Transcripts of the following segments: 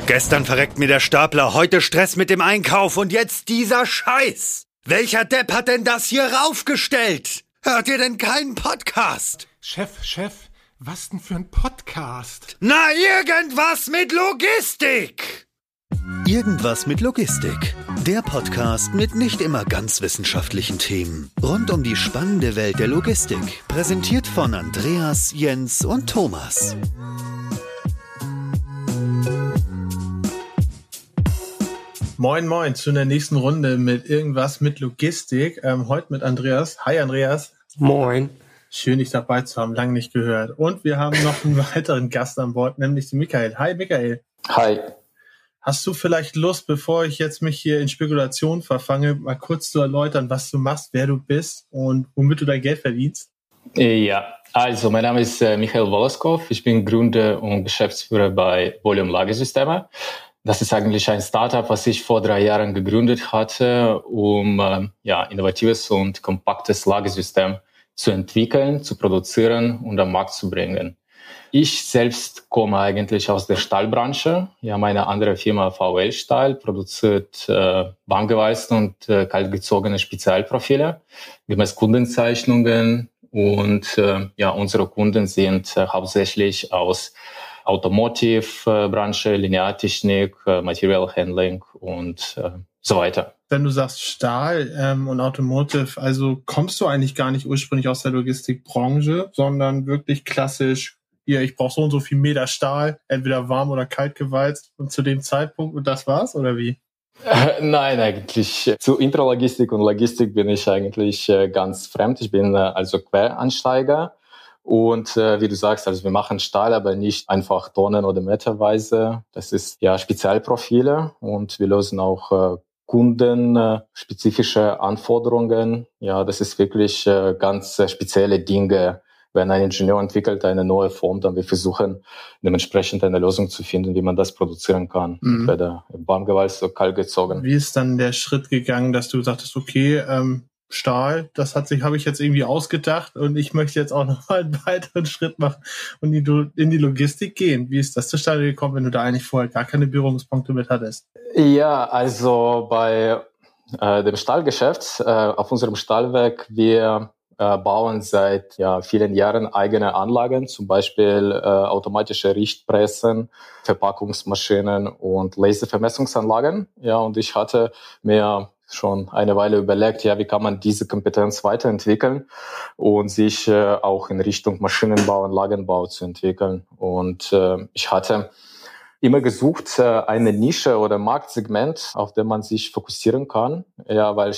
Gestern verreckt mir der Stapler, heute Stress mit dem Einkauf und jetzt dieser Scheiß. Welcher Depp hat denn das hier raufgestellt? Hört ihr denn keinen Podcast? Chef, was denn für ein Podcast? Na, irgendwas mit Logistik! Irgendwas mit Logistik. Der Podcast mit nicht immer ganz wissenschaftlichen Themen. Rund um die spannende Welt der Logistik. Präsentiert von Andreas, Jens und Thomas. Moin zu der nächsten Runde mit Irgendwas mit Logistik. Heute mit Andreas. Hi Andreas. Moin. Schön, dich dabei zu haben, lange nicht gehört. Und wir haben noch einen weiteren Gast an Bord, nämlich den Michael. Hi Michael. Hi. Hast du vielleicht Lust, bevor ich jetzt mich hier in Spekulation verfange, mal kurz zu erläutern, was du machst, wer du bist und womit du dein Geld verdienst? Ja, also mein Name ist Michael Woloskov. Ich bin Gründer und Geschäftsführer bei Volume Lagersysteme. Das ist eigentlich ein Startup, was ich vor 3 Jahren gegründet hatte, um innovatives und kompaktes Lagersystem zu entwickeln, zu produzieren und am Markt zu bringen. Ich selbst komme eigentlich aus der Stahlbranche. Ja, meine andere Firma VL Stahl produziert warmgeweißte und kaltgezogene Spezialprofile gemäß Kundenzeichnungen. Und unsere Kunden sind hauptsächlich aus Automotive-Branche, Lineartechnik, Material Handling und so weiter. Wenn du sagst Stahl und Automotive, also kommst du eigentlich gar nicht ursprünglich aus der Logistikbranche, sondern wirklich klassisch, ich brauche so und so viel Meter Stahl, entweder warm oder kalt gewalzt und zu dem Zeitpunkt und das war's, oder wie? Nein, eigentlich. Zu Intralogistik und Logistik bin ich eigentlich ganz fremd. Ich bin also Quereinsteiger. Und wie du sagst, also wir machen Stahl, aber nicht einfach Tonnen- oder Meterweise. Das ist ja Spezialprofile und wir lösen auch kundenspezifische Anforderungen. Ja, das ist wirklich ganz spezielle Dinge. Wenn ein Ingenieur entwickelt eine neue Form, dann wir versuchen dementsprechend eine Lösung zu finden, wie man das produzieren kann. Entweder warmgewalzt oder kaltgezogen. Wie ist dann der Schritt gegangen, dass du sagtest, okay, Stahl, habe ich jetzt irgendwie ausgedacht und ich möchte jetzt auch noch mal einen weiteren Schritt machen und in die Logistik gehen. Wie ist das zustande gekommen, wenn du da eigentlich vorher gar keine Berührungspunkte mit hattest? Ja, also bei dem Stahlgeschäft auf unserem Stahlwerk, wir bauen seit vielen Jahren eigene Anlagen, zum Beispiel automatische Richtpressen, Verpackungsmaschinen und Laservermessungsanlagen. Ja, und ich hatte mir schon eine Weile überlegt, wie kann man diese Kompetenz weiterentwickeln und sich auch in Richtung Maschinenbau, Anlagenbau zu entwickeln. Und ich hatte immer gesucht, eine Nische oder Marktsegment, auf dem man sich fokussieren kann. Ja, weil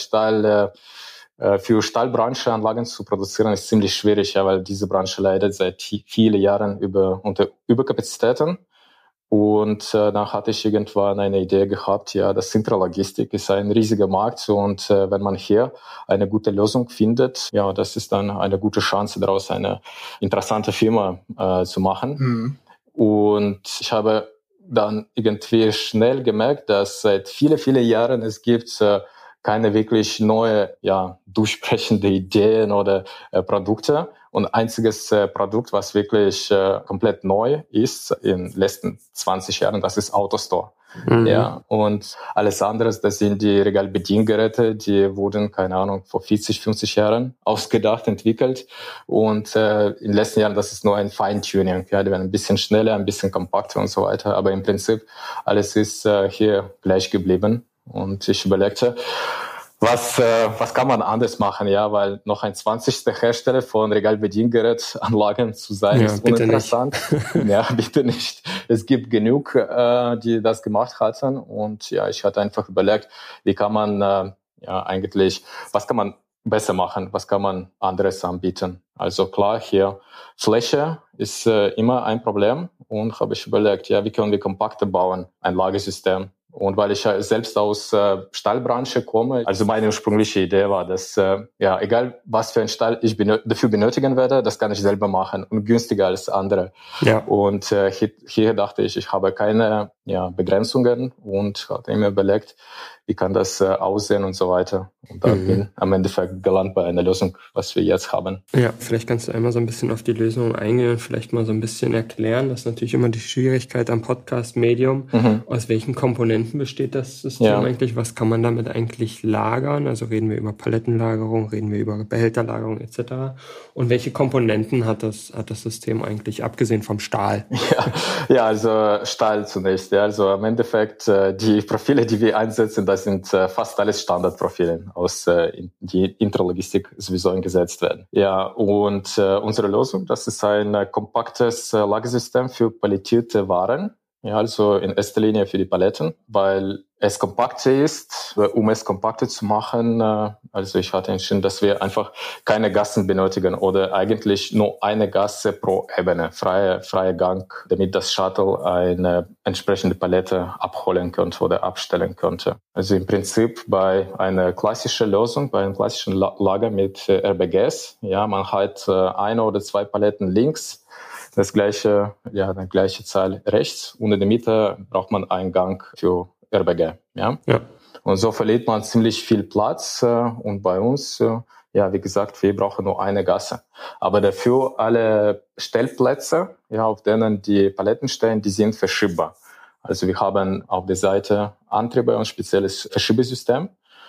für Stahlbranche Anlagen zu produzieren ist ziemlich schwierig, weil diese Branche leidet seit vielen Jahren unter Überkapazitäten. Und dann hatte ich irgendwann eine Idee gehabt, das Intralogistik ist ein riesiger Markt und wenn man hier eine gute Lösung findet, das ist dann eine gute Chance, daraus eine interessante Firma zu machen. Und ich habe dann irgendwie schnell gemerkt, dass seit vielen Jahren es gibt keine wirklich neue, durchbrechende Ideen oder Produkte. Und einziges Produkt, was wirklich komplett neu ist in den letzten 20 Jahren, das ist AutoStore. Ja, und alles andere, das sind die Regalbediengeräte, die wurden, keine Ahnung, vor 40, 50 Jahren ausgedacht, entwickelt. Und in den letzten Jahren, das ist nur ein Feintuning. Ja, die werden ein bisschen schneller, ein bisschen kompakter und so weiter. Aber im Prinzip, alles ist hier gleich geblieben. Und ich überlegte, was kann man anders machen, weil noch ein 20. Hersteller von Regalbediengerätanlagen zu sein, ist uninteressant. Bitte nicht. Es gibt genug, die das gemacht hatten. Und ich hatte einfach überlegt, wie kann man was kann man besser machen, was kann man anderes anbieten. Also klar, hier Fläche ist immer ein Problem. Und habe ich überlegt, wie können wir kompakter bauen, ein Lagersystem. Und weil ich selbst aus Stahlbranche komme, also meine ursprüngliche Idee war, dass egal was für ein Stahl ich dafür benötigen werde, das kann ich selber machen und günstiger als andere. Ja. Und hier dachte ich habe keine Begrenzungen und hat immer überlegt, wie kann das aussehen und so weiter. Und dann bin am Endeffekt gelandet bei einer Lösung, was wir jetzt haben. Ja, vielleicht kannst du einmal so ein bisschen auf die Lösung eingehen und vielleicht mal so ein bisschen erklären. Das ist natürlich immer die Schwierigkeit am Podcast-Medium. Aus welchen Komponenten besteht das System eigentlich? Was kann man damit eigentlich lagern? Also reden wir über Palettenlagerung, reden wir über Behälterlagerung etc. Und welche Komponenten hat das System eigentlich, abgesehen vom Stahl? Ja, also Stahl zunächst. Ja, also im Endeffekt die Profile, die wir einsetzen, das sind fast alles Standardprofile, die Intralogistik sowieso eingesetzt werden. Ja, und unsere Lösung, das ist ein kompaktes Lagersystem für palettierte Waren. Ja, also in erster Linie für die Paletten, weil es kompakt ist, um es kompakter zu machen. Also ich hatte entschieden, dass wir einfach keine Gassen benötigen oder eigentlich nur eine Gasse pro Ebene, freie Gang, damit das Shuttle eine entsprechende Palette abholen könnte oder abstellen könnte. Also im Prinzip bei einer klassischen Lösung, bei einem klassischen Lager mit RBGs, ja, man hat eine oder zwei Paletten links, die gleiche Zahl rechts und in der Mitte braucht man einen Gang für RBG. Ja? Und so verliert man ziemlich viel Platz und bei uns, wie gesagt, wir brauchen nur eine Gasse. Aber dafür alle Stellplätze, auf denen die Paletten stehen, die sind verschiebbar. Also wir haben auf der Seite Antriebe und spezielles Verschiebesystem,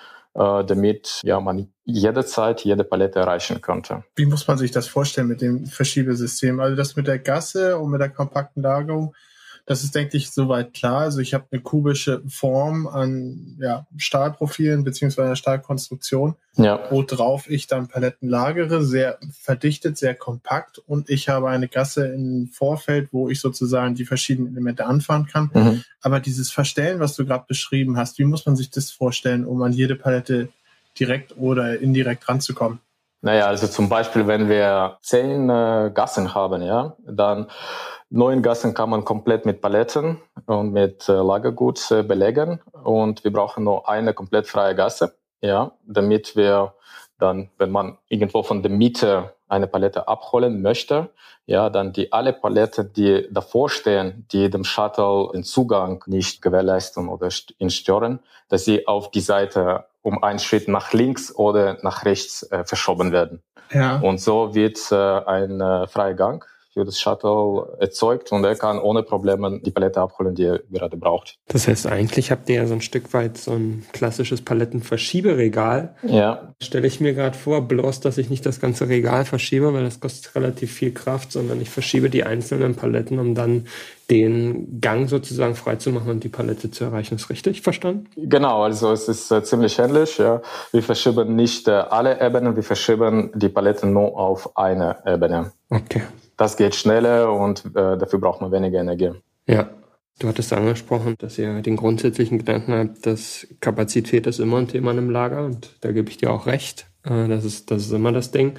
damit man jederzeit jede Palette erreichen könnte. Wie muss man sich das vorstellen mit dem Verschiebesystem? Also das mit der Gasse und mit der kompakten Lagerung, das ist, denke ich, soweit klar. Also ich habe eine kubische Form an Stahlprofilen beziehungsweise einer Stahlkonstruktion, worauf ich dann Paletten lagere, sehr verdichtet, sehr kompakt, und ich habe eine Gasse im Vorfeld, wo ich sozusagen die verschiedenen Elemente anfahren kann. Aber dieses Verstellen, was du gerade beschrieben hast, wie muss man sich das vorstellen, um an jede Palette direkt oder indirekt ranzukommen? Naja, also zum Beispiel, wenn wir 10 Gassen haben, dann 9 Gassen kann man komplett mit Paletten und mit Lagergut belegen, und wir brauchen nur eine komplett freie Gasse, damit wir dann, wenn man irgendwo von der Mitte eine Palette abholen möchte, dann alle Paletten, die davor stehen, die dem Shuttle den Zugang nicht gewährleisten oder ihn stören, dass sie auf die Seite um einen Schritt nach links oder nach rechts verschoben werden. Ja. Und so wird ein freier Gang für das Shuttle erzeugt, und er kann ohne Probleme die Palette abholen, die er gerade braucht. Das heißt, eigentlich habt ihr ja so ein Stück weit so ein klassisches Palettenverschieberegal. Ja. Stelle ich mir gerade vor, bloß, dass ich nicht das ganze Regal verschiebe, weil das kostet relativ viel Kraft, sondern ich verschiebe die einzelnen Paletten, um dann den Gang sozusagen freizumachen und die Palette zu erreichen. Ist richtig verstanden? Genau, also es ist ziemlich ähnlich. Ja. Wir verschieben nicht alle Ebenen, wir verschieben die Paletten nur auf eine Ebene. Okay. Das geht schneller und dafür braucht man weniger Energie. Ja, du hattest angesprochen, dass ihr den grundsätzlichen Gedanken habt, dass Kapazität ist immer ein Thema in einem Lager, und da gebe ich dir auch recht. Das ist immer das Ding.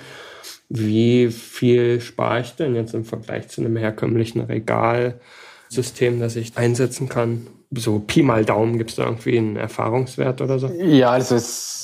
Wie viel spare ich denn jetzt im Vergleich zu einem herkömmlichen Regalsystem, das ich einsetzen kann? So Pi mal Daumen, gibt es da irgendwie einen Erfahrungswert oder so? Ja, also es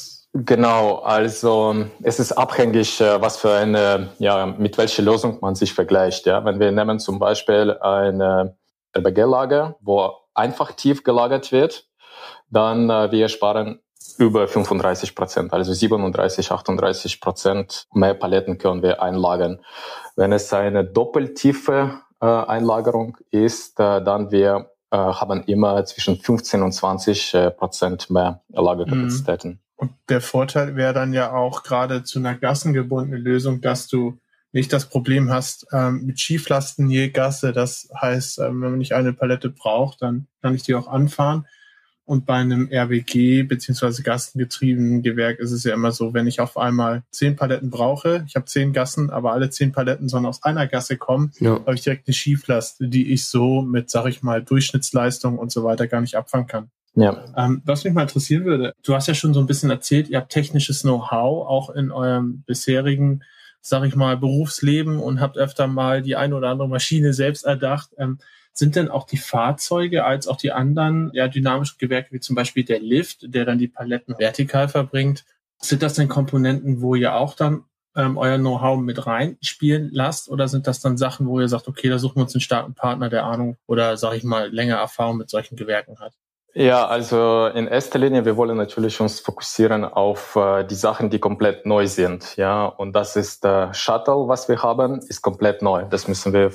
ist abhängig, was für mit welcher Lösung man sich vergleicht. Ja, wenn wir nehmen zum Beispiel eine RBG-Lager, wo einfach tief gelagert wird, dann wir sparen über 35%, also 37-38% mehr Paletten können wir einlagern. Wenn es eine doppeltiefe Einlagerung ist, dann wir haben immer zwischen 15 und 20% mehr Lagerkapazitäten. Und der Vorteil wäre dann ja auch gerade zu einer gassengebundenen Lösung, dass du nicht das Problem hast mit Schieflasten je Gasse. Das heißt, wenn man nicht eine Palette braucht, dann kann ich die auch anfahren. Und bei einem RBG bzw. gassengetriebenen Gewerk ist es ja immer so, wenn ich auf einmal 10 Paletten brauche, ich habe 10 Gassen, aber alle 10 Paletten sollen aus einer Gasse kommen, habe ich direkt eine Schieflast, die ich so mit, sag ich mal, Durchschnittsleistung und so weiter gar nicht abfangen kann. Ja. Was mich mal interessieren würde, du hast ja schon so ein bisschen erzählt, ihr habt technisches Know-how auch in eurem bisherigen, sag ich mal, Berufsleben und habt öfter mal die eine oder andere Maschine selbst erdacht. Sind denn auch die Fahrzeuge als auch die anderen dynamischen Gewerke, wie zum Beispiel der Lift, der dann die Paletten vertikal verbringt, sind das denn Komponenten, wo ihr auch dann euer Know-how mit reinspielen lasst? Oder sind das dann Sachen, wo ihr sagt, okay, da suchen wir uns einen starken Partner, der Ahnung oder, sage ich mal, länger Erfahrung mit solchen Gewerken hat? Ja, also in erster Linie, wir wollen natürlich uns fokussieren auf die Sachen, die komplett neu sind. Ja, und das ist Shuttle, was wir haben, ist komplett neu. Das müssten wir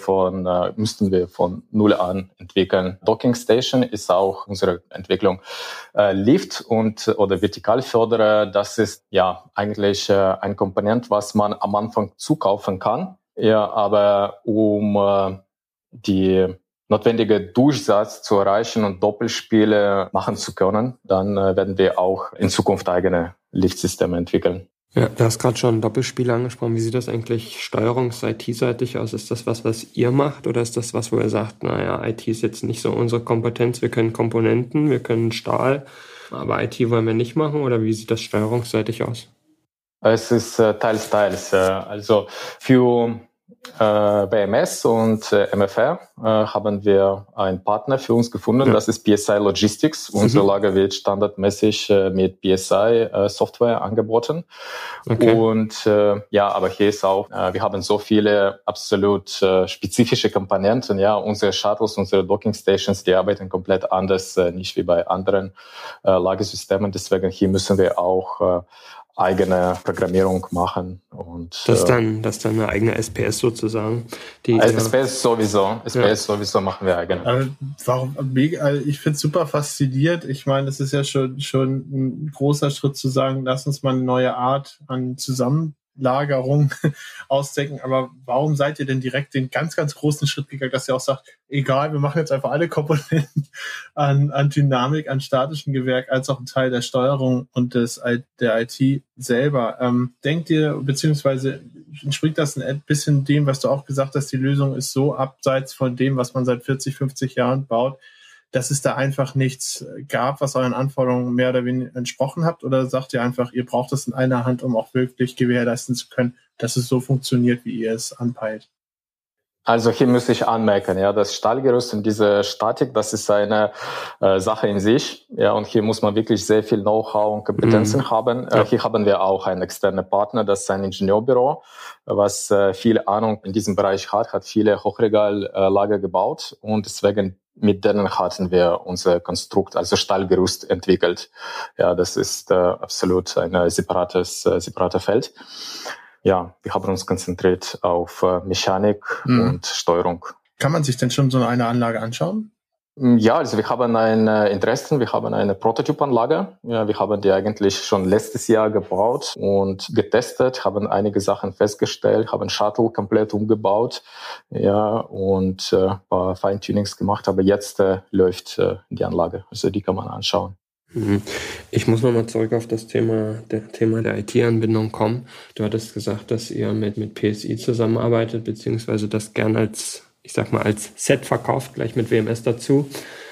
von Null an entwickeln. Docking Station ist auch unsere Entwicklung. Lift oder Vertikalförderer, das ist ja eigentlich ein Komponent, was man am Anfang zukaufen kann. Ja, aber um die notwendige Durchsatz zu erreichen und Doppelspiele machen zu können, dann werden wir auch in Zukunft eigene Liftsysteme entwickeln. Ja, du hast gerade schon Doppelspiele angesprochen. Wie sieht das eigentlich steuerungs-IT-seitig aus? Ist das was ihr macht oder ist das was, wo ihr sagt, naja, IT ist jetzt nicht so unsere Kompetenz, wir können Komponenten, wir können Stahl, aber IT wollen wir nicht machen oder wie sieht das steuerungsseitig aus? Es ist teils. Also für BMS und MFR haben wir einen Partner für uns gefunden, das ist PSI Logistics. Unser Lager wird standardmäßig mit PSI Software angeboten. Okay. Und aber hier ist auch, wir haben so viele absolut spezifische Komponenten. Ja, unsere Shuttles, unsere Docking Stations, die arbeiten komplett anders, nicht wie bei anderen Lagersystemen. Deswegen hier müssen wir auch eigene Programmierung machen und das ist dann eine eigene SPS sozusagen. SPS sowieso machen wir eigene. Warum? Ich finde es super fasziniert. Ich meine, es ist ja schon ein großer Schritt zu sagen, lass uns mal eine neue Art an Zusammenlagerung ausdenken. Aber warum seid ihr denn direkt den ganz, ganz großen Schritt gegangen, dass ihr auch sagt, egal, wir machen jetzt einfach alle Komponenten an Dynamik, an statischen Gewerk, als auch ein Teil der Steuerung und der IT selber. Denkt ihr, beziehungsweise entspringt das ein bisschen dem, was du auch gesagt hast, die Lösung ist so abseits von dem, was man seit 40, 50 Jahren baut, dass es da einfach nichts gab, was euren Anforderungen mehr oder weniger entsprochen habt? Oder sagt ihr einfach, ihr braucht es in einer Hand, um auch wirklich gewährleisten zu können, dass es so funktioniert, wie ihr es anpeilt? Also hier muss ich anmerken, ja, das Stahlgerüst und diese Statik, das ist eine Sache in sich, ja, und hier muss man wirklich sehr viel Know-how und Kompetenzen haben. Ja. Hier haben wir auch einen externen Partner, das ist ein Ingenieurbüro, was viel Ahnung in diesem Bereich hat viele Hochregallager gebaut und deswegen mit denen hatten wir unser Konstrukt, also Stahlgerüst entwickelt. Ja, das ist absolut ein separater Feld. Ja, wir haben uns konzentriert auf Mechanik und Steuerung. Kann man sich denn schon so eine Anlage anschauen? Ja, also wir haben in Dresden, wir haben eine Prototypanlage. Ja, wir haben die eigentlich schon letztes Jahr gebaut und getestet, haben einige Sachen festgestellt, haben Shuttle komplett umgebaut, ja, und paar Feintunings gemacht, aber jetzt läuft die Anlage, also die kann man anschauen. Ich muss nochmal zurück auf das Thema der IT-Anbindung kommen. Du hattest gesagt, dass ihr mit PSI zusammenarbeitet, beziehungsweise das gern als Set verkauft, gleich mit WMS dazu.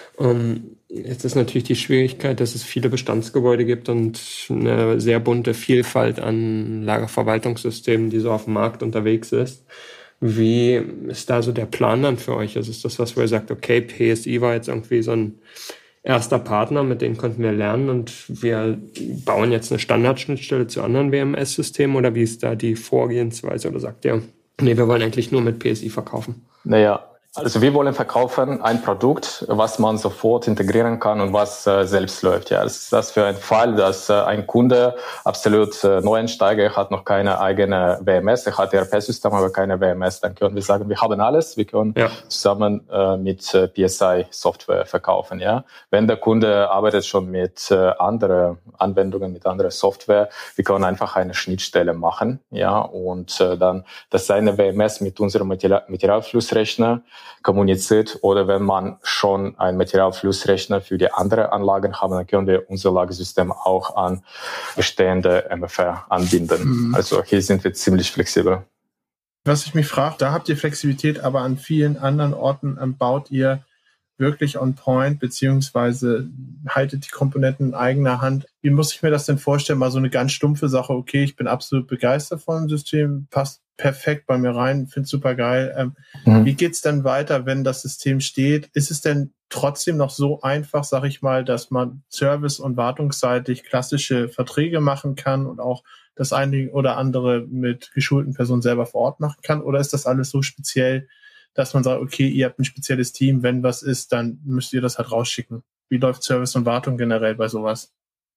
Jetzt ist natürlich die Schwierigkeit, dass es viele Bestandsgebäude gibt und eine sehr bunte Vielfalt an Lagerverwaltungssystemen, die so auf dem Markt unterwegs ist. Wie ist da so der Plan dann für euch? Also ist das was, wo ihr sagt, okay, PSI war jetzt irgendwie so ein erster Partner, mit denen konnten wir lernen und wir bauen jetzt eine Standardschnittstelle zu anderen WMS-Systemen oder wie ist da die Vorgehensweise? Oder sagt ihr, nee, wir wollen eigentlich nur mit PSI verkaufen? Naja, also wir wollen verkaufen ein Produkt, was man sofort integrieren kann und was selbst läuft. Ja, es ist das für einen Fall, dass ein Kunde absolut Neueinsteiger hat, noch keine eigene WMS, er hat ERP-System, aber keine WMS. Dann können wir sagen, wir haben alles, wir können zusammen mit PSI Software verkaufen. Ja, wenn der Kunde arbeitet schon mit anderen Anwendungen, mit anderer Software, wir können einfach eine Schnittstelle machen. Ja, und dann, dass seine WMS mit unserem Materialflussrechner kommuniziert oder wenn man schon einen Materialflussrechner für die anderen Anlagen haben, dann können wir unser Lagersystem auch an bestehende MFR anbinden. Also hier sind wir ziemlich flexibel. Was ich mich frage, da habt ihr Flexibilität, aber an vielen anderen Orten baut ihr wirklich on point, beziehungsweise haltet die Komponenten in eigener Hand. Wie muss ich mir das denn vorstellen? Mal so eine ganz stumpfe Sache, okay, ich bin absolut begeistert von dem System, passt perfekt bei mir rein, finde es super geil. Wie geht's dann weiter, wenn das System steht? Ist es denn trotzdem noch so einfach, sag ich mal, dass man service- und wartungsseitig klassische Verträge machen kann und auch das eine oder andere mit geschulten Personen selber vor Ort machen kann? Oder ist das alles so speziell, dass man sagt, okay, ihr habt ein spezielles Team, wenn was ist, dann müsst ihr das halt rausschicken? Wie läuft Service und Wartung generell bei sowas?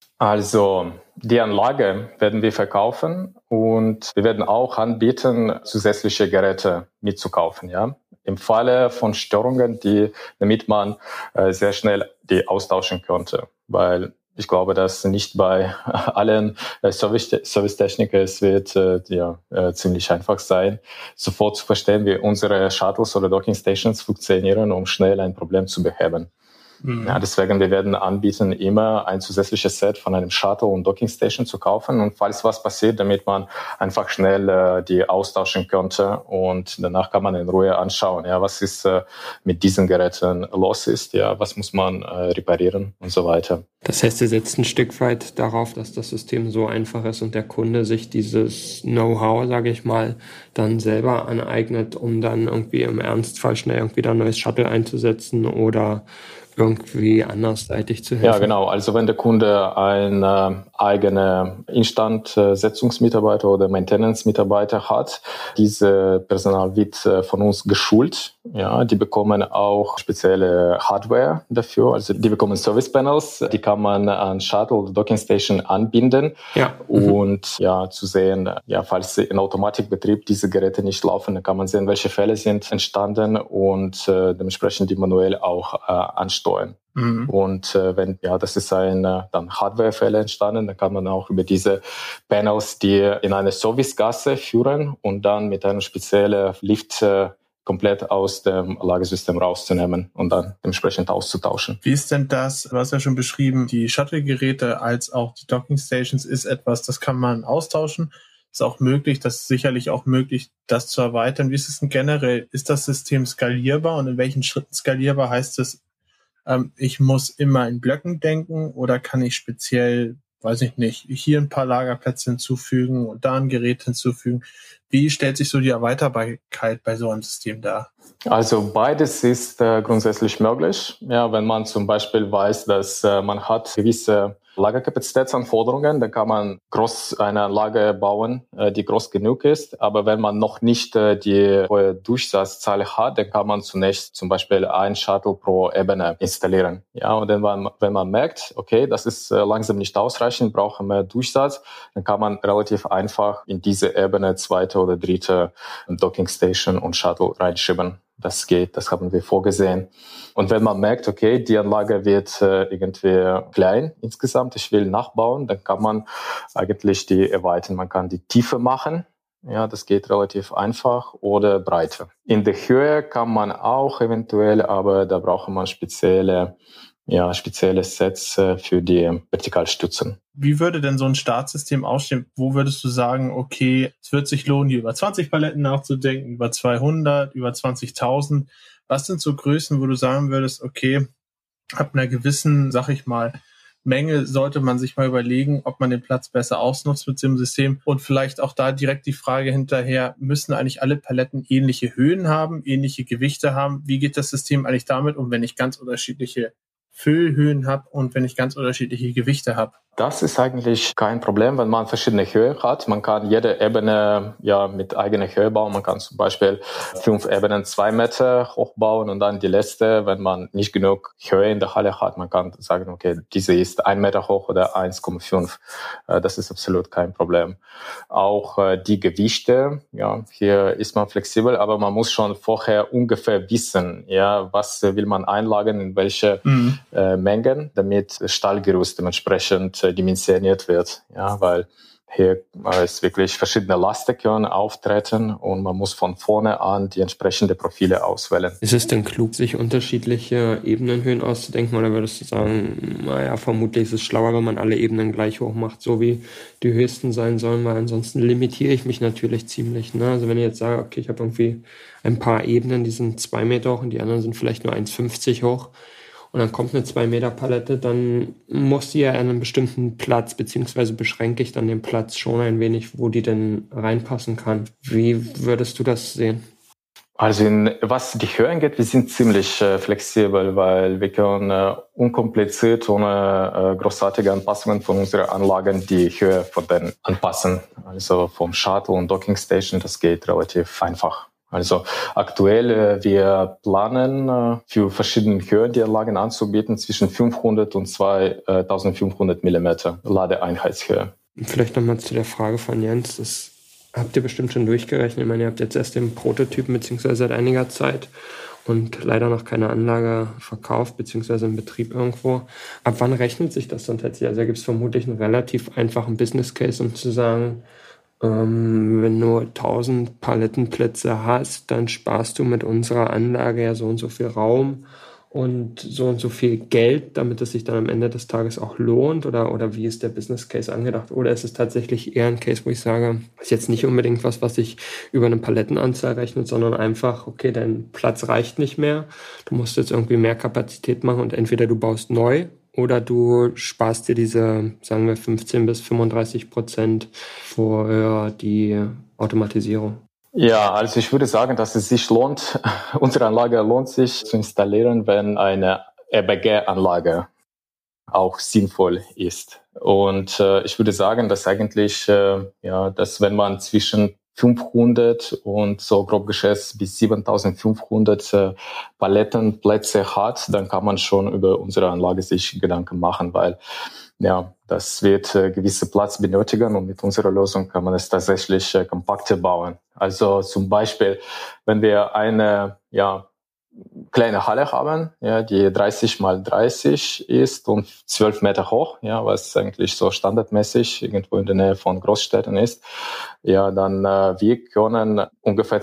Also die Anlage werden wir verkaufen und wir werden auch anbieten, zusätzliche Geräte mitzukaufen. Ja? Im Falle von Störungen, damit man sehr schnell die austauschen könnte, weil ich glaube, dass nicht bei allen Servicetechniker es wird ziemlich einfach sein, sofort zu verstehen, wie unsere Shuttles oder Docking Stations funktionieren, um schnell ein Problem zu beheben. Ja, deswegen, wir werden anbieten, immer ein zusätzliches Set von einem Shuttle und Docking Station zu kaufen und falls was passiert, damit man einfach schnell die austauschen könnte und danach kann man in Ruhe anschauen, ja, was ist mit diesen Geräten los ist, ja, was muss man reparieren und so weiter. Das heißt, ihr setzt ein Stück weit darauf, dass das System so einfach ist und der Kunde sich dieses Know-how, sage ich mal, dann selber aneignet, um dann irgendwie im Ernstfall schnell irgendwie da ein neues Shuttle einzusetzen oder irgendwie andersseitig zu helfen. Ja, genau. Also wenn der Kunde einen eigenen Instandsetzungsmitarbeiter oder Maintenance-Mitarbeiter hat, diese Personal wird von uns geschult. Ja, die bekommen auch spezielle Hardware dafür. Also die bekommen Service-Panels, die kann man an Shuttle oder Docking Station anbinden. Ja. Und ja, zu sehen, ja, falls in Automatikbetrieb diese Geräte nicht laufen, dann kann man sehen, welche Fälle sind entstanden und dementsprechend die manuell auch ansteuern. Und wenn, ja, das ist dann Hardwarefälle entstanden, dann kann man auch über diese Panels die in eine Servicegasse führen und dann mit einem speziellen Lift komplett aus dem Lagesystem rauszunehmen und dann entsprechend auszutauschen. Wie ist denn das, du hast ja schon beschrieben, die Shuttle-Geräte als auch die Docking Stations ist etwas, das kann man austauschen. Ist auch möglich, das ist sicherlich auch möglich, das zu erweitern. Wie ist es denn generell? Ist das System skalierbar und in welchen Schritten skalierbar? Heißt es, ich muss immer in Blöcken denken oder kann ich speziell, weiß ich nicht, hier ein paar Lagerplätze hinzufügen und da ein Gerät hinzufügen? Wie stellt sich so die Erweiterbarkeit bei so einem System dar? Also beides ist grundsätzlich möglich. Ja, wenn man zum Beispiel weiß, dass man hat gewisse Lagerkapazitätsanforderungen, dann kann man eine Anlage bauen, die groß genug ist. Aber wenn man noch nicht die hohe Durchsatzzahl hat, dann kann man zunächst zum Beispiel ein Shuttle pro Ebene installieren. Ja, und dann, wenn man merkt, okay, das ist langsam nicht ausreichend, brauchen mehr Durchsatz, dann kann man relativ einfach in diese Ebene zweite oder dritte Docking Station und Shuttle reinschieben. Das geht, das haben wir vorgesehen. Und wenn man merkt, okay, die Anlage wird irgendwie klein insgesamt, ich will nachbauen, dann kann man eigentlich die erweitern. Man kann die Tiefe machen, ja, das geht relativ einfach, oder Breite. In der Höhe kann man auch eventuell, aber da braucht man spezielle Sets für die Vertikalstützen. Wie würde denn so ein Startsystem aussehen? Wo würdest du sagen, okay, es wird sich lohnen, hier über 20 Paletten nachzudenken, über 200, über 20.000? Was sind so Größen, wo du sagen würdest, okay, ab einer gewissen, sag ich mal, Menge sollte man sich mal überlegen, ob man den Platz besser ausnutzt mit dem System und vielleicht auch da direkt die Frage hinterher, müssen eigentlich alle Paletten ähnliche Höhen haben, ähnliche Gewichte haben? Wie geht das System eigentlich damit um, wenn ich ganz unterschiedliche Füllhöhen habe und wenn ich ganz unterschiedliche Gewichte habe? Das ist eigentlich kein Problem, wenn man verschiedene Höhe hat. Man kann jede Ebene mit eigener Höhe bauen. Man kann zum Beispiel 5 Ebenen 2 Meter hoch bauen und dann die letzte, wenn man nicht genug Höhe in der Halle hat, man kann sagen, okay, diese ist 1 Meter hoch oder 1,5. Das ist absolut kein Problem. Auch die Gewichte, ja, hier ist man flexibel, aber man muss schon vorher ungefähr wissen, ja, was will man einlagern, in welche Mengen, damit das Stahlgerüst dementsprechend dimensioniert wird, ja, weil hier ist wirklich verschiedene Lastekörner auftreten und man muss von vorne an die entsprechenden Profile auswählen. Ist es denn klug, sich unterschiedliche Ebenenhöhen auszudenken, oder würdest du sagen, naja, vermutlich ist es schlauer, wenn man alle Ebenen gleich hoch macht, so wie die höchsten sein sollen, weil ansonsten limitiere ich mich natürlich ziemlich. Ne? Also wenn ich jetzt sage, okay, ich habe irgendwie ein paar Ebenen, die sind 2 Meter hoch und die anderen sind vielleicht nur 1,50 hoch, und dann kommt eine 2 Meter Palette, dann muss die ja an einen bestimmten Platz, beziehungsweise beschränke ich dann den Platz schon ein wenig, wo die denn reinpassen kann. Wie würdest du das sehen? Also was die Höhe angeht, wir sind ziemlich flexibel, weil wir können unkompliziert, ohne großartige Anpassungen von unseren Anlagen die Höhe von denen anpassen. Also vom Shuttle und Docking Station, das geht relativ einfach. Also aktuell, wir planen für verschiedene Höhen die Anlagen anzubieten zwischen 500 und 2500 Millimeter Ladeeinheitshöhe. Vielleicht nochmal zu der Frage von Jens, das habt ihr bestimmt schon durchgerechnet. Ich meine, ihr habt jetzt erst den Prototypen beziehungsweise seit einiger Zeit und leider noch keine Anlage verkauft beziehungsweise in Betrieb irgendwo. Ab wann rechnet sich das dann tatsächlich? Also da gibt es vermutlich einen relativ einfachen Business Case, um zu sagen, wenn du 1000 Palettenplätze hast, dann sparst du mit unserer Anlage ja so und so viel Raum und so viel Geld, damit es sich dann am Ende des Tages auch lohnt, oder wie ist der Business Case angedacht? Oder ist es tatsächlich eher ein Case, wo ich sage, ist jetzt nicht unbedingt was sich über eine Palettenanzahl rechnet, sondern einfach, okay, dein Platz reicht nicht mehr, du musst jetzt irgendwie mehr Kapazität machen und entweder du baust neu oder du sparst dir diese, sagen wir, 15-35% für die Automatisierung. Ja, also ich würde sagen, dass es sich lohnt, unsere Anlage lohnt sich zu installieren, wenn eine RBG-Anlage auch sinnvoll ist. Und ich würde sagen, dass eigentlich, dass wenn man zwischen 500 und so grob geschätzt bis 7500 Palettenplätze hat, dann kann man schon über unsere Anlage sich Gedanken machen, weil das wird gewisse Platz benötigen und mit unserer Lösung kann man es tatsächlich kompakter bauen. Also zum Beispiel, wenn wir eine kleine Halle haben, die 30 mal 30 ist und 12 Meter hoch, was eigentlich so standardmäßig irgendwo in der Nähe von Großstädten ist, dann wir können ungefähr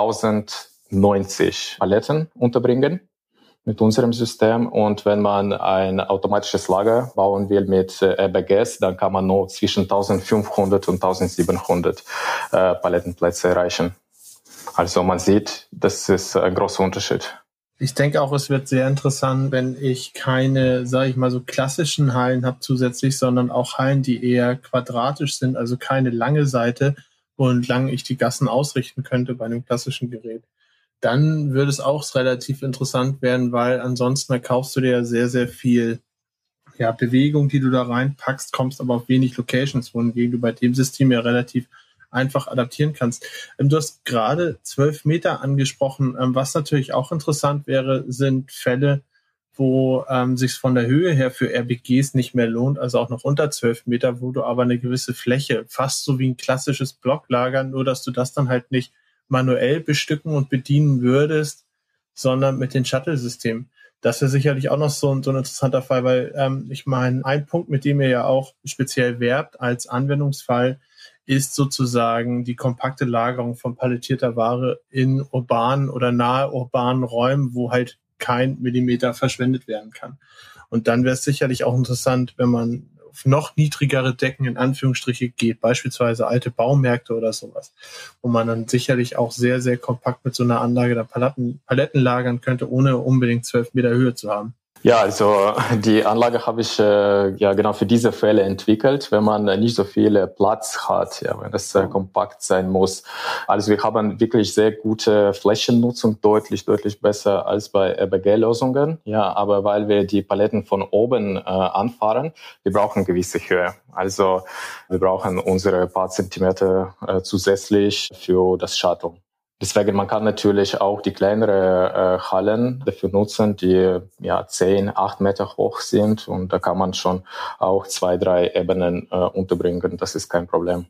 2090 Paletten unterbringen mit unserem System. Und wenn man ein automatisches Lager bauen will mit RBGs, dann kann man nur zwischen 1500 und 1700 Palettenplätze erreichen. Also man sieht, das ist ein großer Unterschied. Ich denke auch, es wird sehr interessant, wenn ich keine, sage ich mal, so klassischen Hallen habe zusätzlich, sondern auch Hallen, die eher quadratisch sind, also keine lange Seite, und lang ich die Gassen ausrichten könnte bei einem klassischen Gerät. Dann würde es auch relativ interessant werden, weil ansonsten erkaufst du dir ja sehr, sehr viel Bewegung, die du da reinpackst, kommst aber auf wenig Locations, wohingegen du bei dem System ja relativ einfach adaptieren kannst. Du hast gerade 12 Meter angesprochen. Was natürlich auch interessant wäre, sind Fälle, wo sich von der Höhe her für RBGs nicht mehr lohnt, also auch noch unter 12 Meter, wo du aber eine gewisse Fläche, fast so wie ein klassisches Blocklager, nur dass du das dann halt nicht manuell bestücken und bedienen würdest, sondern mit den Shuttle-Systemen. Das wäre sicherlich auch noch so ein interessanter Fall, weil ich meine, ein Punkt, mit dem ihr ja auch speziell werbt als Anwendungsfall, ist sozusagen die kompakte Lagerung von palettierter Ware in urbanen oder nahe urbanen Räumen, wo halt kein Millimeter verschwendet werden kann. Und dann wäre es sicherlich auch interessant, wenn man auf noch niedrigere Decken in Anführungsstriche geht, beispielsweise alte Baumärkte oder sowas, wo man dann sicherlich auch sehr, sehr kompakt mit so einer Anlage der Paletten lagern könnte, ohne unbedingt 12 Meter Höhe zu haben. Ja, also die Anlage habe ich genau für diese Fälle entwickelt, wenn man nicht so viel Platz hat, wenn es kompakt sein muss. Also wir haben wirklich sehr gute Flächennutzung, deutlich besser als bei RBG-Lösungen. Ja, aber weil wir die Paletten von oben anfahren, wir brauchen gewisse Höhe. Also wir brauchen unsere paar Zentimeter zusätzlich für das Shuttle. Deswegen, man kann natürlich auch die kleinere Hallen dafür nutzen, die 10, 8 Meter hoch sind. Und da kann man schon auch 2, 3 Ebenen unterbringen. Das ist kein Problem.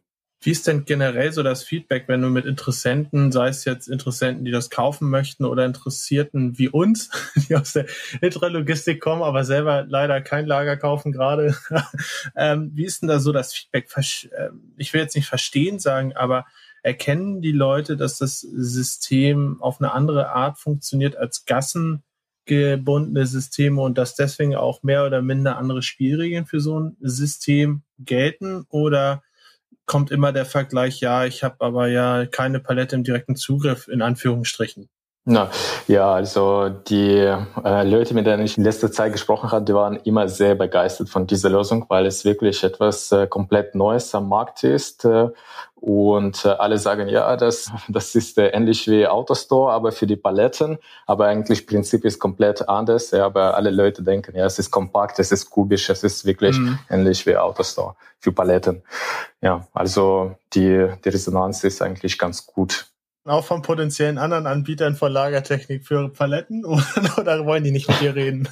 Wie ist denn generell so das Feedback, wenn du mit Interessenten, sei es jetzt Interessenten, die das kaufen möchten oder Interessierten wie uns, die aus der Intralogistik kommen, aber selber leider kein Lager kaufen gerade. Wie ist denn da so das Feedback? Ich will jetzt nicht verstehen sagen, aber erkennen die Leute, dass das System auf eine andere Art funktioniert als gassengebundene Systeme und dass deswegen auch mehr oder minder andere Spielregeln für so ein System gelten? Oder kommt immer der Vergleich, ja, ich habe aber ja keine Palette im direkten Zugriff, in Anführungsstrichen? Also die Leute, mit denen ich in letzter Zeit gesprochen habe, die waren immer sehr begeistert von dieser Lösung, weil es wirklich etwas komplett Neues am Markt ist. Und alle sagen, ja, das ist ähnlich wie Autostore, aber für die Paletten. Aber eigentlich Prinzip ist komplett anders. Ja, aber alle Leute denken, ja, es ist kompakt, es ist kubisch, es ist wirklich ähnlich wie Autostore für Paletten. Ja, also die Resonanz ist eigentlich ganz gut. Auch von potenziellen anderen Anbietern von Lagertechnik für Paletten oder wollen die nicht mit dir reden?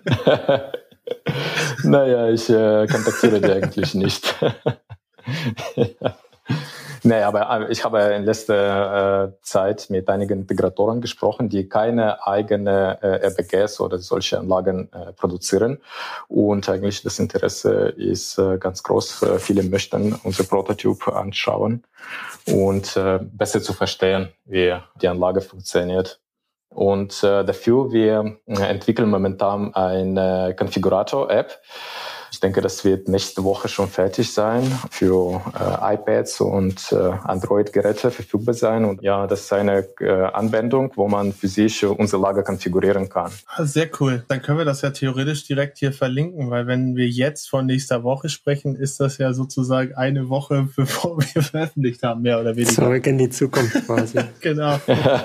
Naja, ich kontaktiere die eigentlich nicht. Ja. Nee, aber ich habe in letzter Zeit mit einigen Integratoren gesprochen, die keine eigene RBGs oder solche Anlagen produzieren. Und eigentlich das Interesse ist ganz groß. Viele möchten unser Prototyp anschauen und besser zu verstehen, wie die Anlage funktioniert. Und dafür wir entwickeln momentan eine Konfigurator-App. Ich denke, das wird nächste Woche schon fertig sein, für iPads und Android-Geräte verfügbar sein. Und ja, das ist eine Anwendung, wo man für sich unser Lager konfigurieren kann. Sehr cool. Dann können wir das ja theoretisch direkt hier verlinken, weil wenn wir jetzt von nächster Woche sprechen, ist das ja sozusagen eine Woche, bevor wir veröffentlicht haben, mehr oder weniger. Zurück in die Zukunft quasi. Genau.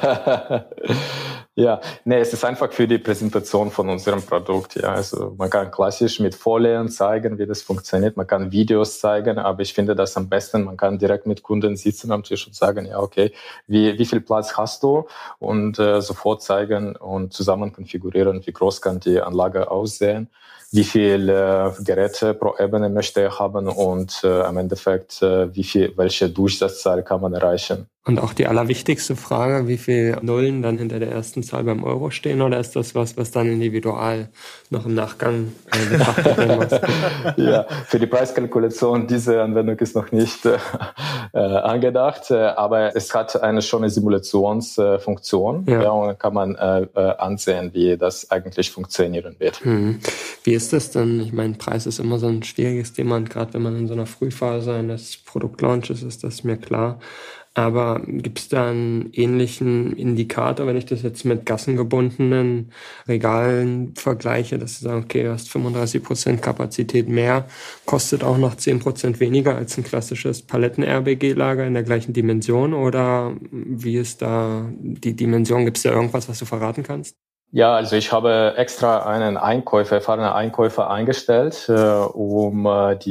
Ja, es ist einfach für die Präsentation von unserem Produkt. Ja, also man kann klassisch mit Folien zeigen, wie das funktioniert. Man kann Videos zeigen, aber ich finde das am besten. Man kann direkt mit Kunden sitzen am Tisch und sagen, ja, okay, wie viel Platz hast du? Und sofort zeigen und zusammen konfigurieren, wie groß kann die Anlage aussehen, wie viele Geräte pro Ebene möchte er haben und am Endeffekt, welche Durchsatzzahl kann man erreichen. Und auch die allerwichtigste Frage, wie viele Nullen dann hinter der ersten Zahl beim Euro stehen, oder ist das was dann individual noch im Nachgang betrachtet werden muss? Ja, für die Preiskalkulation, diese Anwendung ist noch nicht angedacht, aber es hat schon eine Simulationsfunktion, ja, und dann kann man ansehen, wie das eigentlich funktionieren wird. Wie ist das denn? Ich meine, Preis ist immer so ein schwieriges Thema, und gerade wenn man in so einer Frühphase eines Produktlaunches ist, das mir klar. Aber gibt es da einen ähnlichen Indikator, wenn ich das jetzt mit gassengebundenen Regalen vergleiche, dass Sie sagen, okay, du hast 35% Kapazität mehr, kostet auch noch 10% weniger als ein klassisches Paletten-RBG-Lager in der gleichen Dimension? Oder wie ist da die Dimension? Gibt es da irgendwas, was du verraten kannst? Ja, also ich habe extra einen erfahrenen Einkäufer eingestellt, um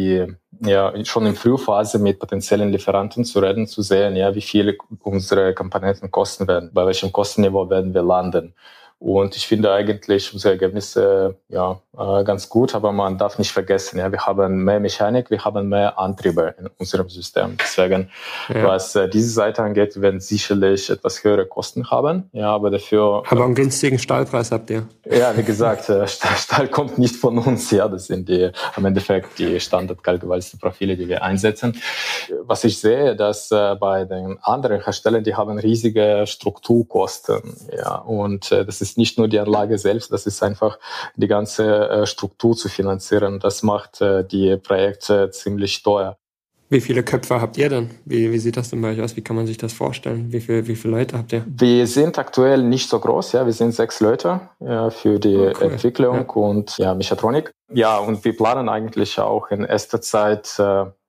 schon in Frühphase mit potenziellen Lieferanten zu reden, zu sehen, ja, wie viel unsere Komponenten kosten werden, bei welchem Kostenniveau werden wir landen. Und ich finde eigentlich unsere Ergebnisse ganz gut, aber man darf nicht vergessen, ja, wir haben mehr Mechanik, wir haben mehr Antriebe in unserem System. Deswegen, was diese Seite angeht, wir werden sicherlich etwas höhere Kosten haben, ja, aber dafür. Aber einen günstigen Stahlpreis habt ihr. Ja, wie gesagt, Stahl kommt nicht von uns, ja, das sind am Endeffekt die Standard-Kaltgewalzte-Profile, die wir einsetzen. Was ich sehe, dass bei den anderen Herstellern, die haben riesige Strukturkosten, ja, und das ist nicht nur die Anlage selbst, das ist einfach die ganze Struktur zu finanzieren. Das macht die Projekte ziemlich teuer. Wie viele Köpfe habt ihr denn? Wie sieht das denn bei euch aus? Wie kann man sich das vorstellen? Wie viele Leute habt ihr? Wir sind aktuell nicht so groß, ja. Wir sind 6 Leute für die Entwicklung und Mechatronik. Ja, und wir planen eigentlich auch in erster Zeit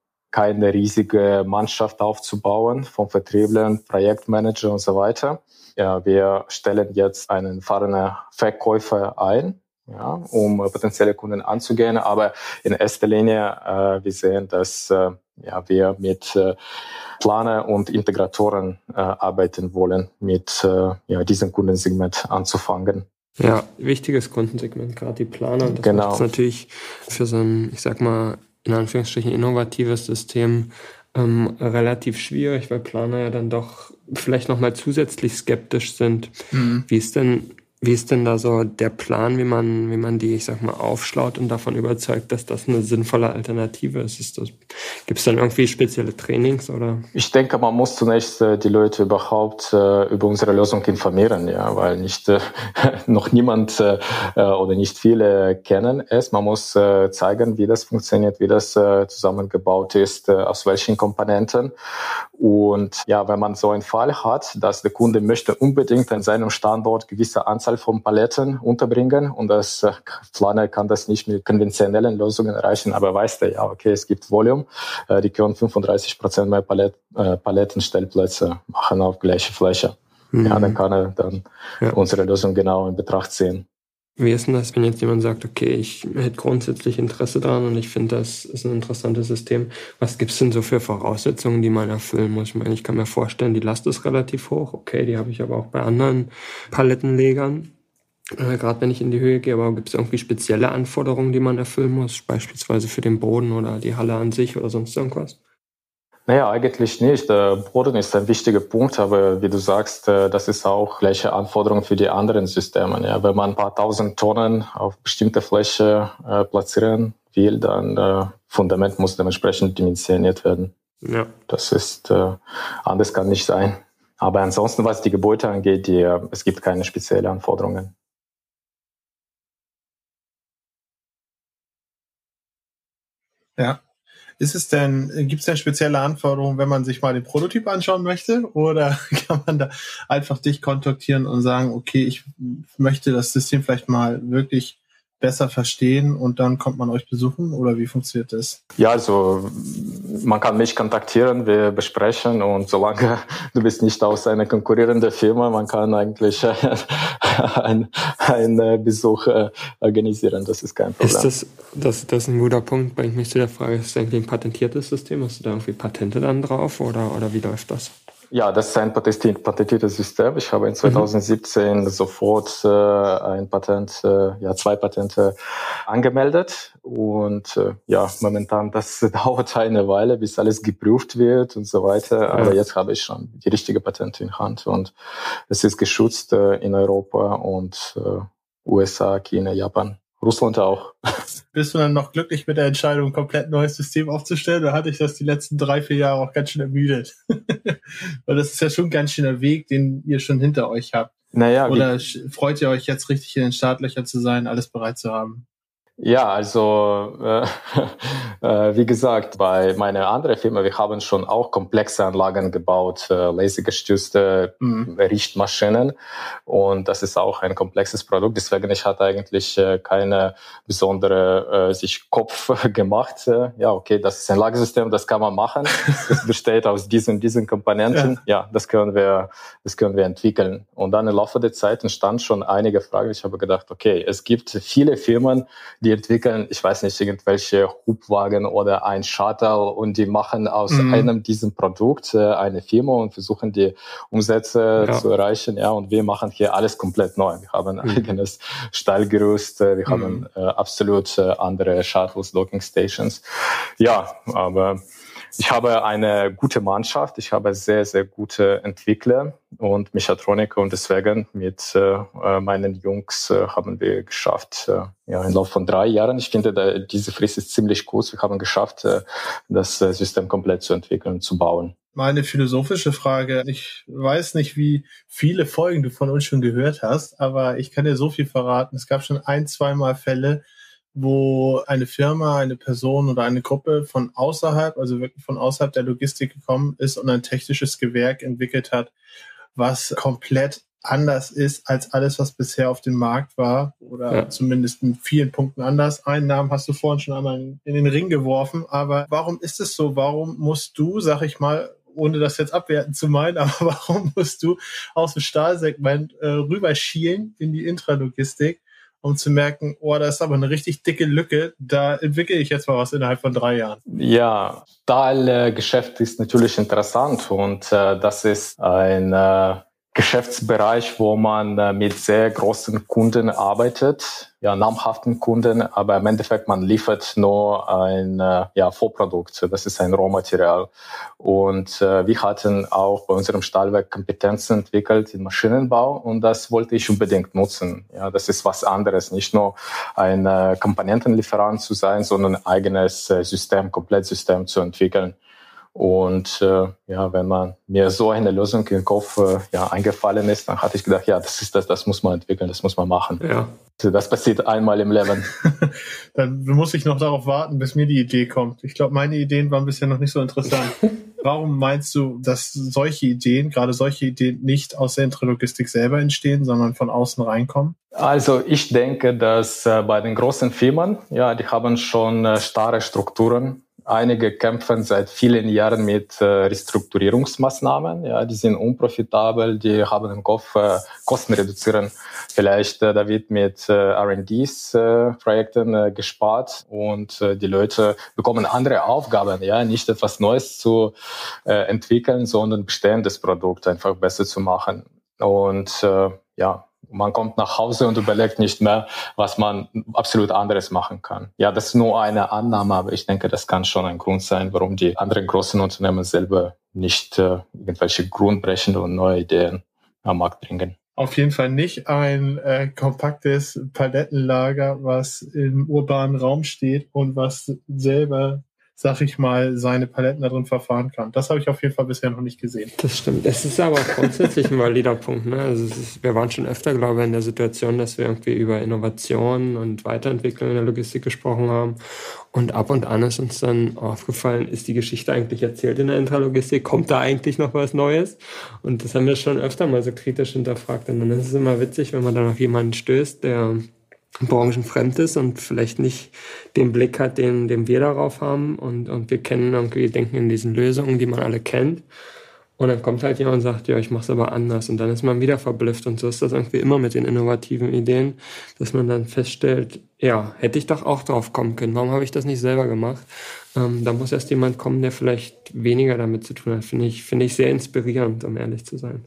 keine riesige Mannschaft aufzubauen von Vertrieblern, Projektmanager und so weiter. Ja, wir stellen jetzt einen erfahrenen Verkäufer ein, ja, um potenzielle Kunden anzugehen. Aber in erster Linie, wir sehen, dass wir mit Planer und Integratoren arbeiten wollen, mit diesem Kundensegment anzufangen. Ja, wichtiges Kundensegment, gerade die Planer. Das macht es natürlich für so ein, ich sag mal, in Anführungsstrichen innovatives System relativ schwierig, weil Planer ja dann doch vielleicht nochmal zusätzlich skeptisch sind. Wie ist denn da so der Plan, wie man die, ich sag mal, aufschlaut und davon überzeugt, dass das eine sinnvolle Alternative ist? Gibt es dann irgendwie spezielle Trainings oder? Ich denke, man muss zunächst die Leute überhaupt über unsere Lösung informieren, ja, weil nicht noch niemand oder nicht viele kennen es. Man muss zeigen, wie das funktioniert, wie das zusammengebaut ist, aus welchen Komponenten. Und ja, wenn man so einen Fall hat, dass der Kunde möchte unbedingt an seinem Standort gewisse Anzahl von Paletten unterbringen und das Planer kann das nicht mit konventionellen Lösungen erreichen, aber weiß der, ja, okay, es gibt Volume, die können 35% mehr Palettenstellplätze machen auf gleiche Fläche. Ja, dann kann er unsere Lösung genau in Betracht ziehen. Wie ist denn das, wenn jetzt jemand sagt, okay, ich hätte grundsätzlich Interesse daran und ich finde, das ist ein interessantes System. Was gibt's denn so für Voraussetzungen, die man erfüllen muss? Ich meine, ich kann mir vorstellen, die Last ist relativ hoch. Okay, die habe ich aber auch bei anderen Palettenlegern, gerade wenn ich in die Höhe gehe. Aber gibt es irgendwie spezielle Anforderungen, die man erfüllen muss? Beispielsweise für den Boden oder die Halle an sich oder sonst irgendwas? Naja, eigentlich nicht. Der Boden ist ein wichtiger Punkt, aber wie du sagst, das ist auch gleiche Anforderungen für die anderen Systeme. Ja, wenn man ein paar tausend Tonnen auf bestimmte Fläche platzieren will, dann Fundament muss dementsprechend dimensioniert werden. Ja. Das ist, anders kann nicht sein. Aber ansonsten, was die Gebäude angeht, es gibt keine speziellen Anforderungen. Ja. Gibt es denn spezielle Anforderungen, wenn man sich mal den Prototyp anschauen möchte? Oder kann man da einfach dich kontaktieren und sagen, okay, ich möchte das System vielleicht mal wirklich besser verstehen und dann kommt man euch besuchen? Oder wie funktioniert das? Ja, also man kann mich kontaktieren, wir besprechen und solange du bist nicht aus einer konkurrierenden Firma, man kann eigentlich einen Besuch organisieren, das ist kein Problem. Das ist ein guter Punkt, bringt mich zu der Frage, ist das eigentlich ein patentiertes System? Hast du da irgendwie Patente dann drauf oder wie läuft das? Ja, das ist ein patentiertes System. Ich habe in 2017 sofort zwei Patente angemeldet und momentan, das dauert eine Weile, bis alles geprüft wird und so weiter. Aber jetzt habe ich schon die richtige Patente in Hand und es ist geschützt in Europa und USA, China, Japan. Russland auch. Bist du dann noch glücklich mit der Entscheidung, ein komplett neues System aufzustellen? Oder hatte ich das die letzten 3-4 Jahre auch ganz schön ermüdet? Weil das ist ja schon ein ganz schöner Weg, den ihr schon hinter euch habt. Naja, oder freut ihr euch jetzt richtig in den Startlöchern zu sein, alles bereit zu haben? Ja, also wie gesagt, bei meiner anderen Firma, wir haben schon auch komplexe Anlagen gebaut, lasergestützte Richtmaschinen und das ist auch ein komplexes Produkt. Deswegen ich hatte eigentlich keine besondere sich Kopf gemacht. Ja, okay, das ist ein Lagersystem, das kann man machen. Es besteht aus diesen Komponenten. Ja, das können wir entwickeln. Und dann im Laufe der Zeit entstanden schon einige Fragen. Ich habe gedacht, okay, es gibt viele Firmen, die entwickeln, ich weiß nicht, irgendwelche Hubwagen oder ein Shuttle und die machen aus diesem Produkt eine Firma und versuchen die Umsätze zu erreichen. Ja, und wir machen hier alles komplett neu. Wir haben ein eigenes Stahlgerüst, wir haben absolut andere Shuttles, Docking Stations. Ja, aber ich habe eine gute Mannschaft, ich habe sehr, sehr gute Entwickler und Mechatroniker und deswegen mit meinen Jungs haben wir geschafft, im Laufe von 3 Jahren, ich finde, diese Frist ist ziemlich kurz, wir haben geschafft, das System komplett zu entwickeln und zu bauen. Meine philosophische Frage, ich weiß nicht, wie viele Folgen du von uns schon gehört hast, aber ich kann dir so viel verraten, es gab schon 1-2 Mal Fälle, wo eine Firma, eine Person oder eine Gruppe von außerhalb, also wirklich von außerhalb der Logistik gekommen ist und ein technisches Gewerk entwickelt hat, was komplett anders ist als alles, was bisher auf dem Markt war oder zumindest in vielen Punkten anders. Einen Namen hast du vorhin schon einmal in den Ring geworfen, aber warum ist es so? Warum musst du, sag ich mal, ohne das jetzt abwerten zu meinen, aber warum musst du aus dem Stahlsegment rüberschielen in die Intralogistik, um zu merken, da ist aber eine richtig dicke Lücke, da entwickle ich jetzt mal was innerhalb von 3 Jahren. Ja, Stahlgeschäft ist natürlich interessant und das ist ein Geschäftsbereich, wo man mit sehr großen Kunden arbeitet, ja, namhaften Kunden, aber im Endeffekt man liefert nur ein Vorprodukt, das ist ein Rohmaterial. Und wir hatten auch bei unserem Stahlwerk Kompetenzen entwickelt im Maschinenbau und das wollte ich unbedingt nutzen. Ja, das ist was anderes, nicht nur ein Komponentenlieferant zu sein, sondern ein eigenes System, Komplettsystem zu entwickeln. Und wenn man mir so eine Lösung in den Kopf eingefallen ist, dann hatte ich gedacht, ja, das muss man entwickeln, das muss man machen. Ja. Das passiert einmal im Leben. Dann muss ich noch darauf warten, bis mir die Idee kommt. Ich glaube, meine Ideen waren bisher noch nicht so interessant. Warum meinst du, dass gerade solche Ideen nicht aus der Intralogistik selber entstehen, sondern von außen reinkommen? Also ich denke, dass bei den großen Firmen, die haben schon starre Strukturen. Einige kämpfen seit vielen Jahren mit Restrukturierungsmaßnahmen. Ja, die sind unprofitabel, die haben im Kopf Kosten reduzieren. Vielleicht da wird mit R&D-Projekten gespart und die Leute bekommen andere Aufgaben, ja, nicht etwas Neues zu entwickeln, sondern bestehendes Produkt einfach besser zu machen. Und man kommt nach Hause und überlegt nicht mehr, was man absolut anderes machen kann. Ja, das ist nur eine Annahme, aber ich denke, das kann schon ein Grund sein, warum die anderen großen Unternehmen selber nicht irgendwelche grundbrechende und neue Ideen am Markt bringen. Auf jeden Fall nicht ein kompaktes Palettenlager, was im urbanen Raum steht und was selber, sag ich mal, seine Paletten darin verfahren kann. Das habe ich auf jeden Fall bisher noch nicht gesehen. Das stimmt. Es ist aber grundsätzlich ein valider Punkt. Ne? Also wir waren schon öfter, glaube ich, in der Situation, dass wir irgendwie über Innovation und Weiterentwicklung in der Logistik gesprochen haben. Und ab und an ist uns dann aufgefallen, ist die Geschichte eigentlich erzählt in der Intralogistik? Kommt da eigentlich noch was Neues? Und das haben wir schon öfter mal so kritisch hinterfragt. Und dann ist es immer witzig, wenn man dann auf jemanden stößt, der branchenfremd ist und vielleicht nicht den Blick hat, den wir darauf haben und wir kennen irgendwie, denken in diesen Lösungen, die man alle kennt und dann kommt halt jemand und sagt, ja, ich mach's aber anders und dann ist man wieder verblüfft und so ist das irgendwie immer mit den innovativen Ideen, dass man dann feststellt, ja, hätte ich doch auch drauf kommen können, warum habe ich das nicht selber gemacht? Da muss erst jemand kommen, der vielleicht weniger damit zu tun hat, finde ich sehr inspirierend, um ehrlich zu sein.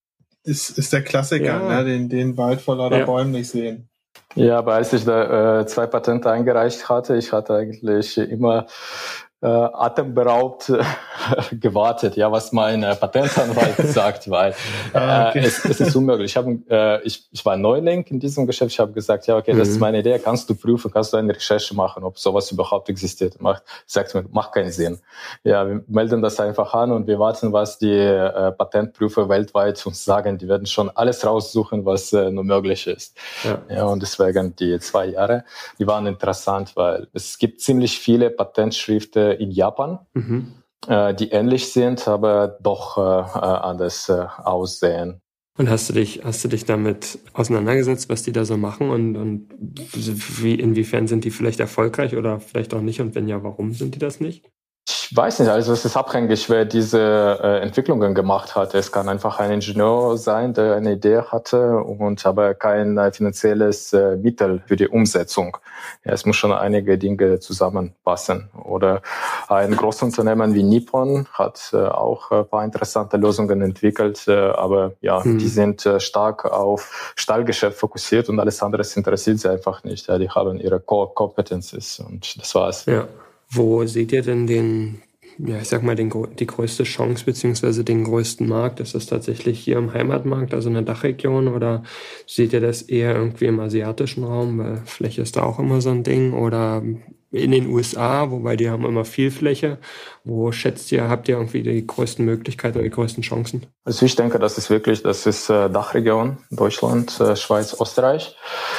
Ist der Klassiker, ne? Den Wald vor lauter Bäumen nicht sehen. Ja, aber als ich da 2 Patente eingereicht hatte, ich hatte eigentlich immer atemberaubt gewartet, ja, was mein Patentanwalt sagt, weil es ist unmöglich. Ich war Neuling in diesem Geschäft, ich habe gesagt, ja, okay, das ist meine Idee, kannst du prüfen, kannst du eine Recherche machen, ob sowas überhaupt existiert. Sagt mir, macht keinen Sinn. Ja, wir melden das einfach an und wir warten, was die Patentprüfer weltweit uns sagen. Die werden schon alles raussuchen, was nur möglich ist. Ja, und deswegen die 2 Jahre, die waren interessant, weil es gibt ziemlich viele Patentschriften in Japan, die ähnlich sind, aber doch anders aussehen. Und hast du dich damit auseinandergesetzt, was die da so machen und inwiefern sind die vielleicht erfolgreich oder vielleicht auch nicht und wenn ja, warum sind die das nicht? Ich weiß nicht, also es ist abhängig, wer diese Entwicklungen gemacht hat. Es kann einfach ein Ingenieur sein, der eine Idee hatte und aber kein finanzielles Mittel für die Umsetzung. Ja, es muss schon einige Dinge zusammenpassen. Oder ein Großunternehmen wie Nippon hat auch ein paar interessante Lösungen entwickelt, aber die sind stark auf Stahlgeschäft fokussiert und alles andere interessiert sie einfach nicht. Ja, die haben ihre Core Competencies und das war's. Ja. Wo seht ihr denn die größte Chance beziehungsweise den größten Markt? Ist das tatsächlich hier im Heimatmarkt, also in der Dachregion, oder seht ihr das eher irgendwie im asiatischen Raum, weil Fläche ist da auch immer so ein Ding, oder in den USA, wobei die haben immer viel Fläche? Wo habt ihr irgendwie die größten Möglichkeiten oder die größten Chancen? Also ich denke, das ist Dachregion, Deutschland, Schweiz, Österreich,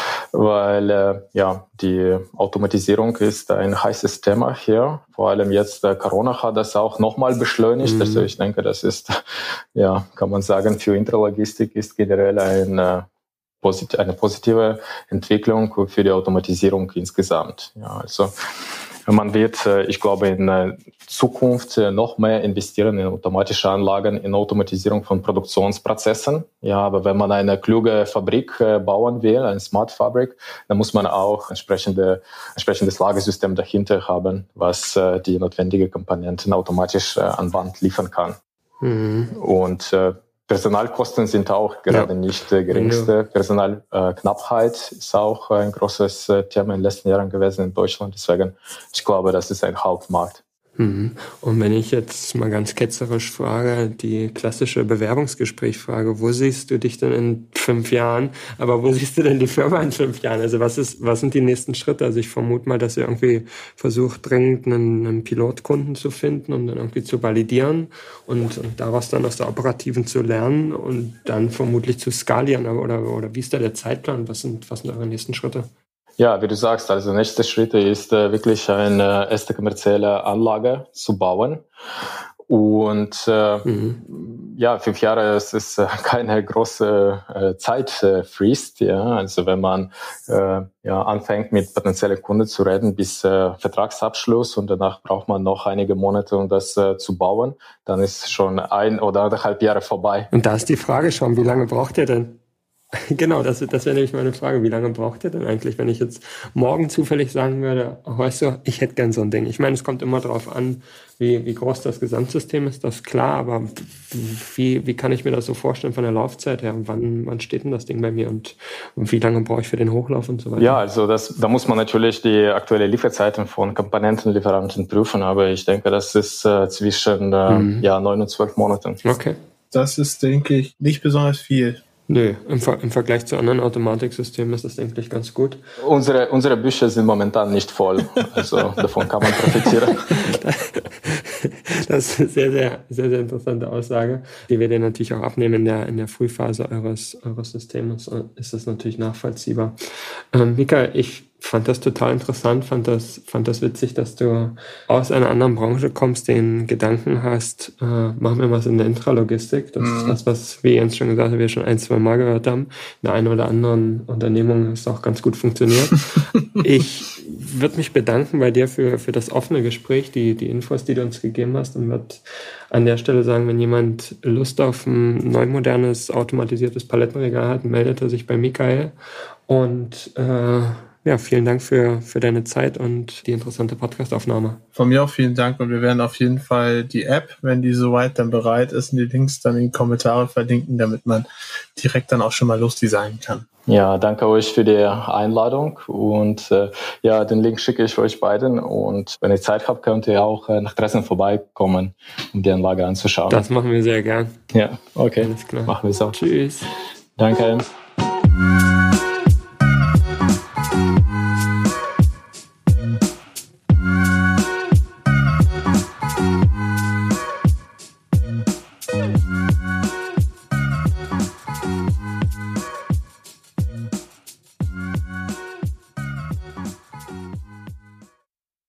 weil die Automatisierung ist ein heißes Thema hier. Vor allem jetzt Corona hat das auch nochmal beschleunigt. Also ich denke, das ist, kann man sagen, für Intralogistik ist generell eine positive Entwicklung für die Automatisierung insgesamt. Ja, also man wird, ich glaube, in Zukunft noch mehr investieren in automatische Anlagen, in Automatisierung von Produktionsprozessen. Ja, aber wenn man eine kluge Fabrik bauen will, eine Smart Fabrik, dann muss man auch entsprechendes Lagersystem dahinter haben, was die notwendigen Komponenten automatisch an Band liefern kann. Und Personalkosten sind auch gerade nicht geringste. Personalknappheit ist auch ein großes Thema in den letzten Jahren gewesen in Deutschland. Deswegen, ich glaube, das ist ein Hauptmarkt. Und wenn ich jetzt mal ganz ketzerisch frage, die klassische Bewerbungsgesprächfrage, wo siehst du dich denn in 5 Jahren? Aber wo siehst du denn die Firma in 5 Jahren? Also was sind die nächsten Schritte? Also ich vermute mal, dass ihr irgendwie versucht, dringend einen Pilotkunden zu finden und dann irgendwie zu validieren und daraus dann aus der Operativen zu lernen und dann vermutlich zu skalieren. Oder wie ist da der Zeitplan? Was sind eure nächsten Schritte? Ja, wie du sagst, also nächste Schritt ist wirklich eine erste kommerzielle Anlage zu bauen. Und 5 Jahre ist keine große Zeitfrist. Also wenn man anfängt mit potenziellen Kunden zu reden bis Vertragsabschluss und danach braucht man noch einige Monate, um das zu bauen, dann ist schon 1 oder 1,5 Jahre vorbei. Und da ist die Frage schon, wie lange braucht ihr denn? Genau, das wäre nämlich meine Frage. Wie lange braucht ihr denn eigentlich, wenn ich jetzt morgen zufällig sagen würde, weißt du, ich hätte gern so ein Ding. Ich meine, es kommt immer darauf an, wie groß das Gesamtsystem ist, das ist klar, aber wie kann ich mir das so vorstellen von der Laufzeit her? Wann steht denn das Ding bei mir und wie lange brauche ich für den Hochlauf und so weiter? Ja, also da muss man natürlich die aktuelle Lieferzeiten von Komponentenlieferanten prüfen, aber ich denke, das ist zwischen 9 und 12 Monaten. Okay. Das ist, denke ich, nicht besonders viel. Nö, im Vergleich zu anderen Automatiksystemen ist das, denke ich, ganz gut. Unsere Bücher sind momentan nicht voll, also davon kann man profitieren. Das ist eine sehr, sehr, sehr, sehr interessante Aussage, die wir dir natürlich auch abnehmen in der Frühphase eures Systems. Ist das natürlich nachvollziehbar. Mika, ich fand das total interessant, fand das witzig, dass du aus einer anderen Branche kommst, den Gedanken hast, machen wir was in der Intralogistik. Das ist das, was, wie Jens schon gesagt hat, wir schon 1-2 Mal gehört haben. In der einen oder anderen Unternehmung hat es auch ganz gut funktioniert. Ich würde mich bedanken bei dir für das offene Gespräch, die Infos, die du uns gegeben hast, und würde an der Stelle sagen, wenn jemand Lust auf ein neu modernes, automatisiertes Palettenregal hat, meldet er sich bei Michael. Und vielen Dank für deine Zeit und die interessante Podcastaufnahme. Von mir auch vielen Dank, und wir werden auf jeden Fall die App, wenn die soweit dann bereit ist, und die Links dann in die Kommentare verlinken, damit man direkt dann auch schon mal losdesignen kann. Ja, danke euch für die Einladung und den Link schicke ich euch beiden, und wenn ihr Zeit habt, könnt ihr auch nach Dresden vorbeikommen, um die Anlage anzuschauen. Das machen wir sehr gern. Ja, okay. Alles klar. Machen wir so. Tschüss. Danke.